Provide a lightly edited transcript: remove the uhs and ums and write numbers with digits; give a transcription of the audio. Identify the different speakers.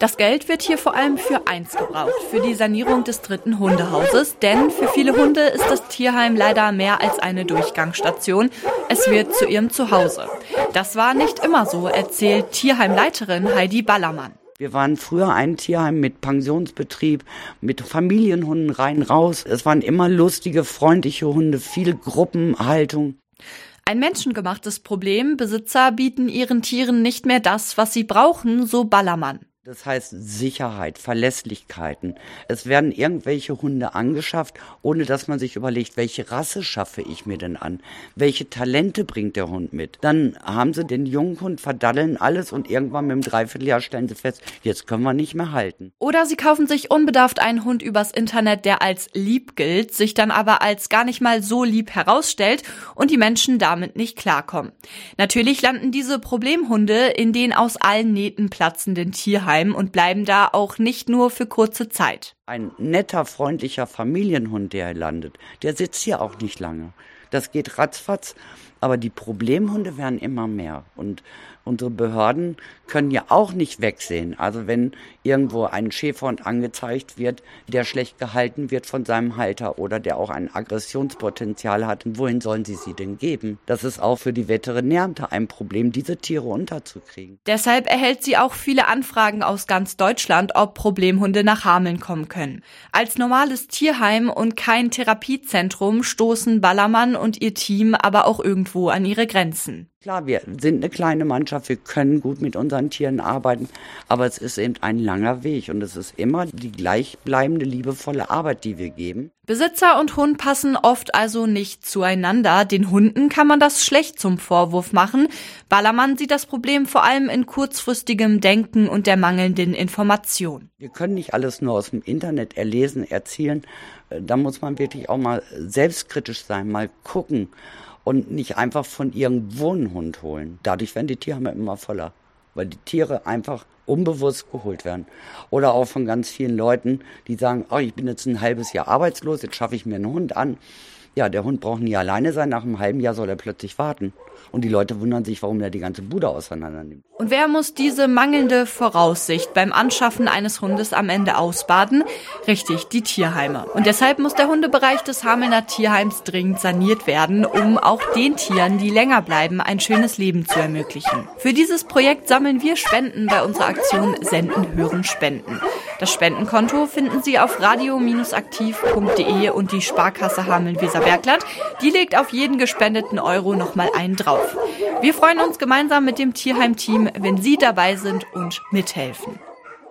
Speaker 1: Das Geld wird hier vor allem für eins gebraucht, für die Sanierung des 3. Hundehauses. Denn für viele Hunde ist das Tierheim leider mehr als eine Durchgangsstation. Es wird zu ihrem Zuhause. Das war nicht immer so, erzählt Tierheimleiterin Heidi Ballermann.
Speaker 2: Wir waren früher ein Tierheim mit Pensionsbetrieb, mit Familienhunden rein, raus. Es waren immer lustige, freundliche Hunde, viel Gruppenhaltung.
Speaker 1: Ein menschengemachtes Problem. Besitzer bieten ihren Tieren nicht mehr das, was sie brauchen, so Ballermann.
Speaker 2: Das heißt Sicherheit, Verlässlichkeiten. Es werden irgendwelche Hunde angeschafft, ohne dass man sich überlegt, welche Rasse schaffe ich mir denn an? Welche Talente bringt der Hund mit? Dann haben sie den jungen Hund, verdaddeln alles und irgendwann mit einem Dreivierteljahr stellen sie fest, jetzt können wir nicht mehr halten.
Speaker 1: Oder sie kaufen sich unbedarft einen Hund übers Internet, der als lieb gilt, sich dann aber als gar nicht mal so lieb herausstellt und die Menschen damit nicht klarkommen. Natürlich landen diese Problemhunde in den aus allen Nähten platzenden Tierheimen und bleiben da auch nicht nur für kurze Zeit.
Speaker 2: Ein netter, freundlicher Familienhund, der hier landet, der sitzt hier auch nicht lange. Das geht ratzfatz, aber die Problemhunde werden immer mehr. Und unsere Behörden können ja auch nicht wegsehen. Also wenn irgendwo ein Schäferhund angezeigt wird, der schlecht gehalten wird von seinem Halter oder der auch ein Aggressionspotenzial hat, wohin sollen sie denn geben? Das ist auch für die Veterinärämter ein Problem, diese Tiere unterzukriegen.
Speaker 1: Deshalb erhält sie auch viele Anfragen aus ganz Deutschland, ob Problemhunde nach Hameln kommen können. Als normales Tierheim und kein Therapiezentrum stoßen Ballermann und ihr Team aber auch irgendwo an ihre Grenzen.
Speaker 2: Klar, wir sind eine kleine Mannschaft, wir können gut mit unseren Tieren arbeiten, aber es ist eben ein langer Weg und es ist immer die gleichbleibende, liebevolle Arbeit, die wir geben.
Speaker 1: Besitzer und Hund passen oft also nicht zueinander. Den Hunden kann man das schlecht zum Vorwurf machen. Ballermann sieht das Problem vor allem in kurzfristigem Denken und der mangelnden Information.
Speaker 2: Wir können nicht alles nur aus dem Internet erlesen, erzielen. Da muss man wirklich auch mal selbstkritisch sein, mal gucken. Und nicht einfach von irgendwo einen Hund holen. Dadurch werden die Tierheime immer voller, weil die Tiere einfach unbewusst geholt werden. Oder auch von ganz vielen Leuten, die sagen, oh, ich bin jetzt ein halbes Jahr arbeitslos, jetzt schaffe ich mir einen Hund an. Ja, der Hund braucht nie alleine sein, nach einem halben Jahr soll er plötzlich warten. Und die Leute wundern sich, warum er die ganze Bude auseinander nimmt.
Speaker 1: Und wer muss diese mangelnde Voraussicht beim Anschaffen eines Hundes am Ende ausbaden? Richtig, die Tierheime. Und deshalb muss der Hundebereich des Hamelner Tierheims dringend saniert werden, um auch den Tieren, die länger bleiben, ein schönes Leben zu ermöglichen. Für dieses Projekt sammeln wir Spenden bei unserer Aktion Senden, Hören, Spenden. Das Spendenkonto finden Sie auf radio-aktiv.de und die Sparkasse Hameln-Weserbergland, die legt auf jeden gespendeten Euro nochmal einen drauf. Wir freuen uns gemeinsam mit dem Tierheim-Team, wenn Sie dabei sind und mithelfen.